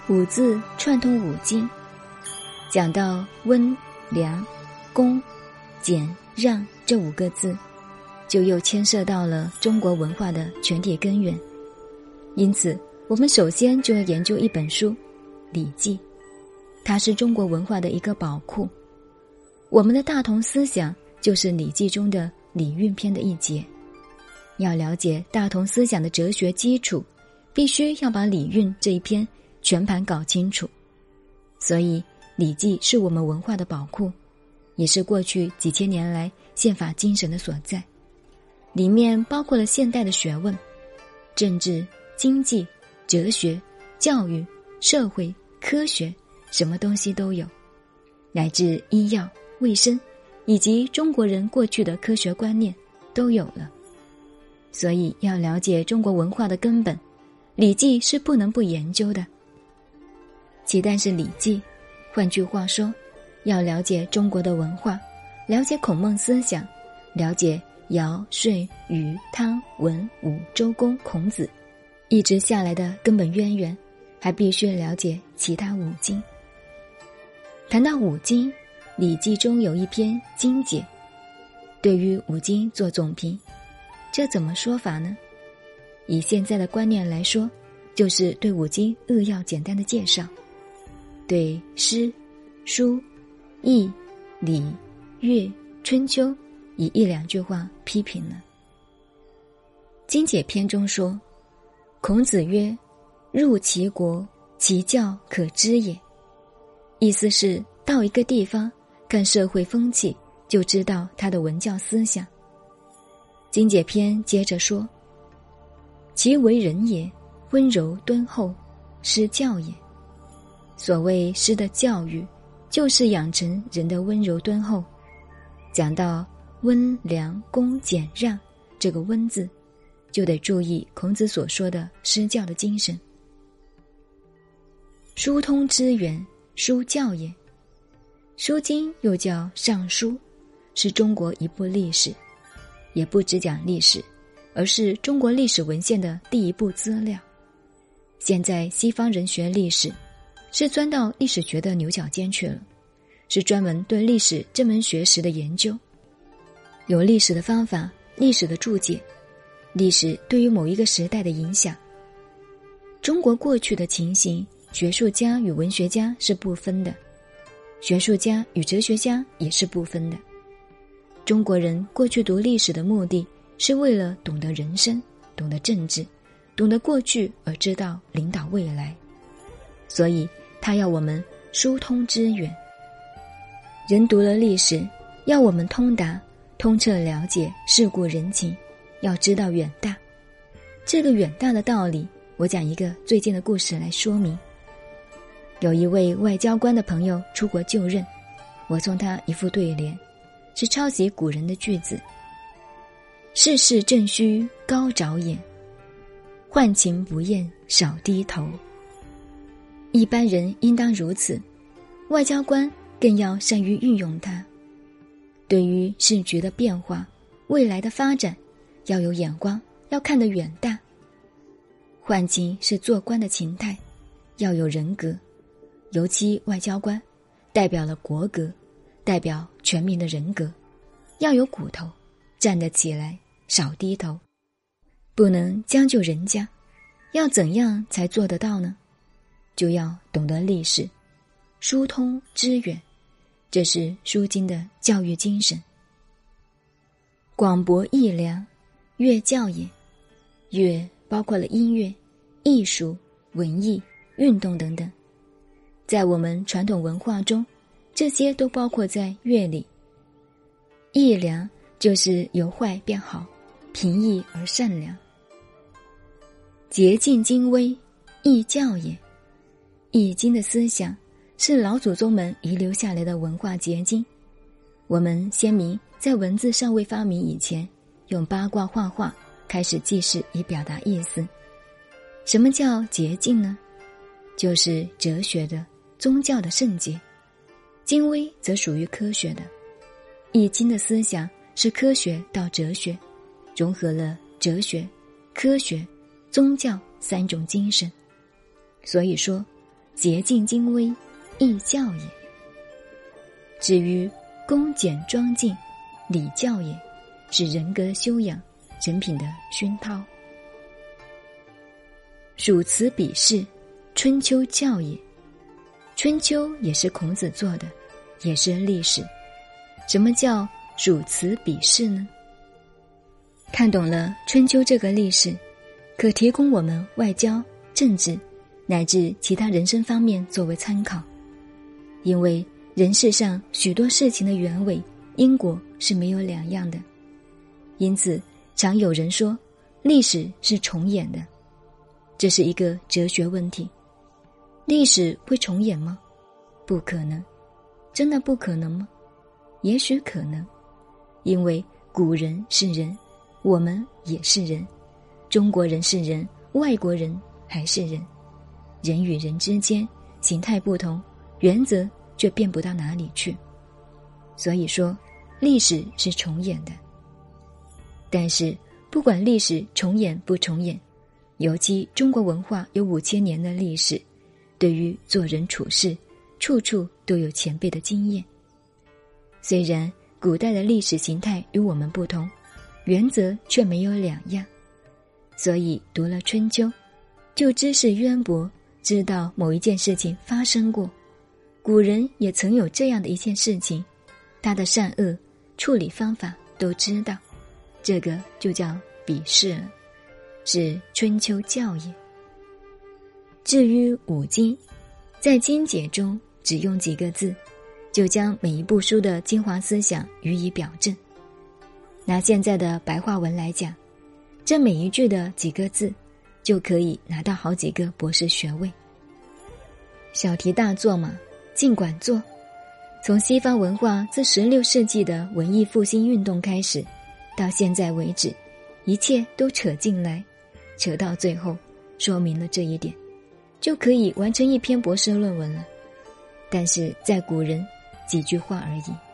五字串通五经，讲到温、良、恭、俭、让这5个字，就又牵涉到了中国文化的全体根源。因此我们首先就要研究一本书《礼记》，它是中国文化的一个宝库。我们的大同思想就是《礼记》中的礼运篇的一节。要了解大同思想的哲学基础，必须要把礼运这一篇全盘搞清楚。所以《礼记》是我们文化的宝库，也是过去几千年来宪法精神的所在。里面包括了现代的学问，政治、经济、哲学、教育、社会、科学，什么东西都有，乃至医药、卫生，以及中国人过去的科学观念都有了。所以要了解中国文化的根本，《礼记》是不能不研究的。岂但是《礼记》，换句话说，要了解中国的文化，了解孔孟思想，了解尧、舜、禹、汤、文、武、周公、孔子一直下来的根本渊源，还必须了解其他5经。谈到5经，《礼记》中有一篇经解，对于5经做总评。这怎么说法呢？以现在的观念来说，就是对5经扼要简单的介绍，对诗、书、易、礼、乐、春秋以1、2句话批评了。经解篇中说，孔子曰：入其国，其教可知也。意思是到一个地方看社会风气，就知道他的文教思想。经解篇接着说，其为人也，温柔敦厚，师教也。所谓师的教育，就是养成人的温柔敦厚。讲到温、良、恭、俭、让这个温字，就得注意孔子所说的师教的精神。书通之源，书教也。书经又叫尚书，是中国一部历史，也不只讲历史，而是中国历史文献的第一部资料。现在西方人学历史，是钻到历史学的牛角尖去了，是专门对历史这门学识的研究。有历史的方法，历史的注解，历史对于某一个时代的影响。中国过去的情形，学术家与文学家是不分的，学术家与哲学家也是不分的。中国人过去读历史的目的，是为了懂得人生，懂得政治，懂得过去而知道领导未来。所以他要我们疏通之远。人读了历史，要我们通达，通彻了解世故人情，要知道远大。这个远大的道理，我讲一个最近的故事来说明。有一位外交官的朋友出国就任，我送他一副对联，是抄袭古人的句子：世事正虚高着眼，患情不厌少低头。一般人应当如此，外交官更要善于运用它。对于世局的变化，未来的发展，要有眼光，要看得远大。患情是做官的情态，要有人格，尤其外交官代表了国格，代表全民的人格，要有骨头，站得起来，少低头，不能将就人家。要怎样才做得到呢？就要懂得历史，疏通知远，这是书经的教育精神。广博益良，乐教也。乐包括了音乐、艺术、文艺、运动等等，在我们传统文化中，这些都包括在乐里。益良就是由坏变好，平易而善良。洁净精微，易教也。易经的思想是老祖宗们遗留下来的文化结晶。我们先民在文字尚未发明以前，用八卦画画开始记事以表达意思。什么叫洁净呢？就是哲学的、宗教的圣洁。精微则属于科学的。易经的思想是科学到哲学，融合了哲学、科学、宗教3种精神。所以说， 洁净精微，义教也。至于恭俭庄敬，礼教也，是人格修养、人品的熏陶。属辞比试，春秋教也。春秋也是孔子做的，也是历史。什么叫属辞比试呢？看懂了春秋这个历史，可提供我们外交、政治乃至其他人生方面作为参考。因为人世上许多事情的原委、因果是没有两样的，因此常有人说历史是重演的，这是一个哲学问题。历史会重演吗？不可能。真的不可能吗？也许可能，因为古人是人，我们也是人，中国人是人，外国人还是人，人与人之间形态不同，原则却变不到哪里去。所以说历史是重演的。但是不管历史重演不重演，尤其中国文化有5000年的历史，对于做人处事处处都有前辈的经验。虽然古代的历史形态与我们不同，原则却没有两样。所以读了春秋，就知识渊博，知道某一件事情发生过，古人也曾有这样的一件事情，他的善恶处理方法都知道，这个就叫比试了，是春秋教也。至于五经，在经解中只用几个字，就将每一部书的精华思想予以表证。拿现在的白话文来讲，这每一句的几个字就可以拿到好几个博士学位。小题大做嘛，尽管做。从西方文化自16世纪的文艺复兴运动开始，到现在为止，一切都扯进来，扯到最后说明了这一点，就可以完成一篇博士论文了。但是在古人几句话而已。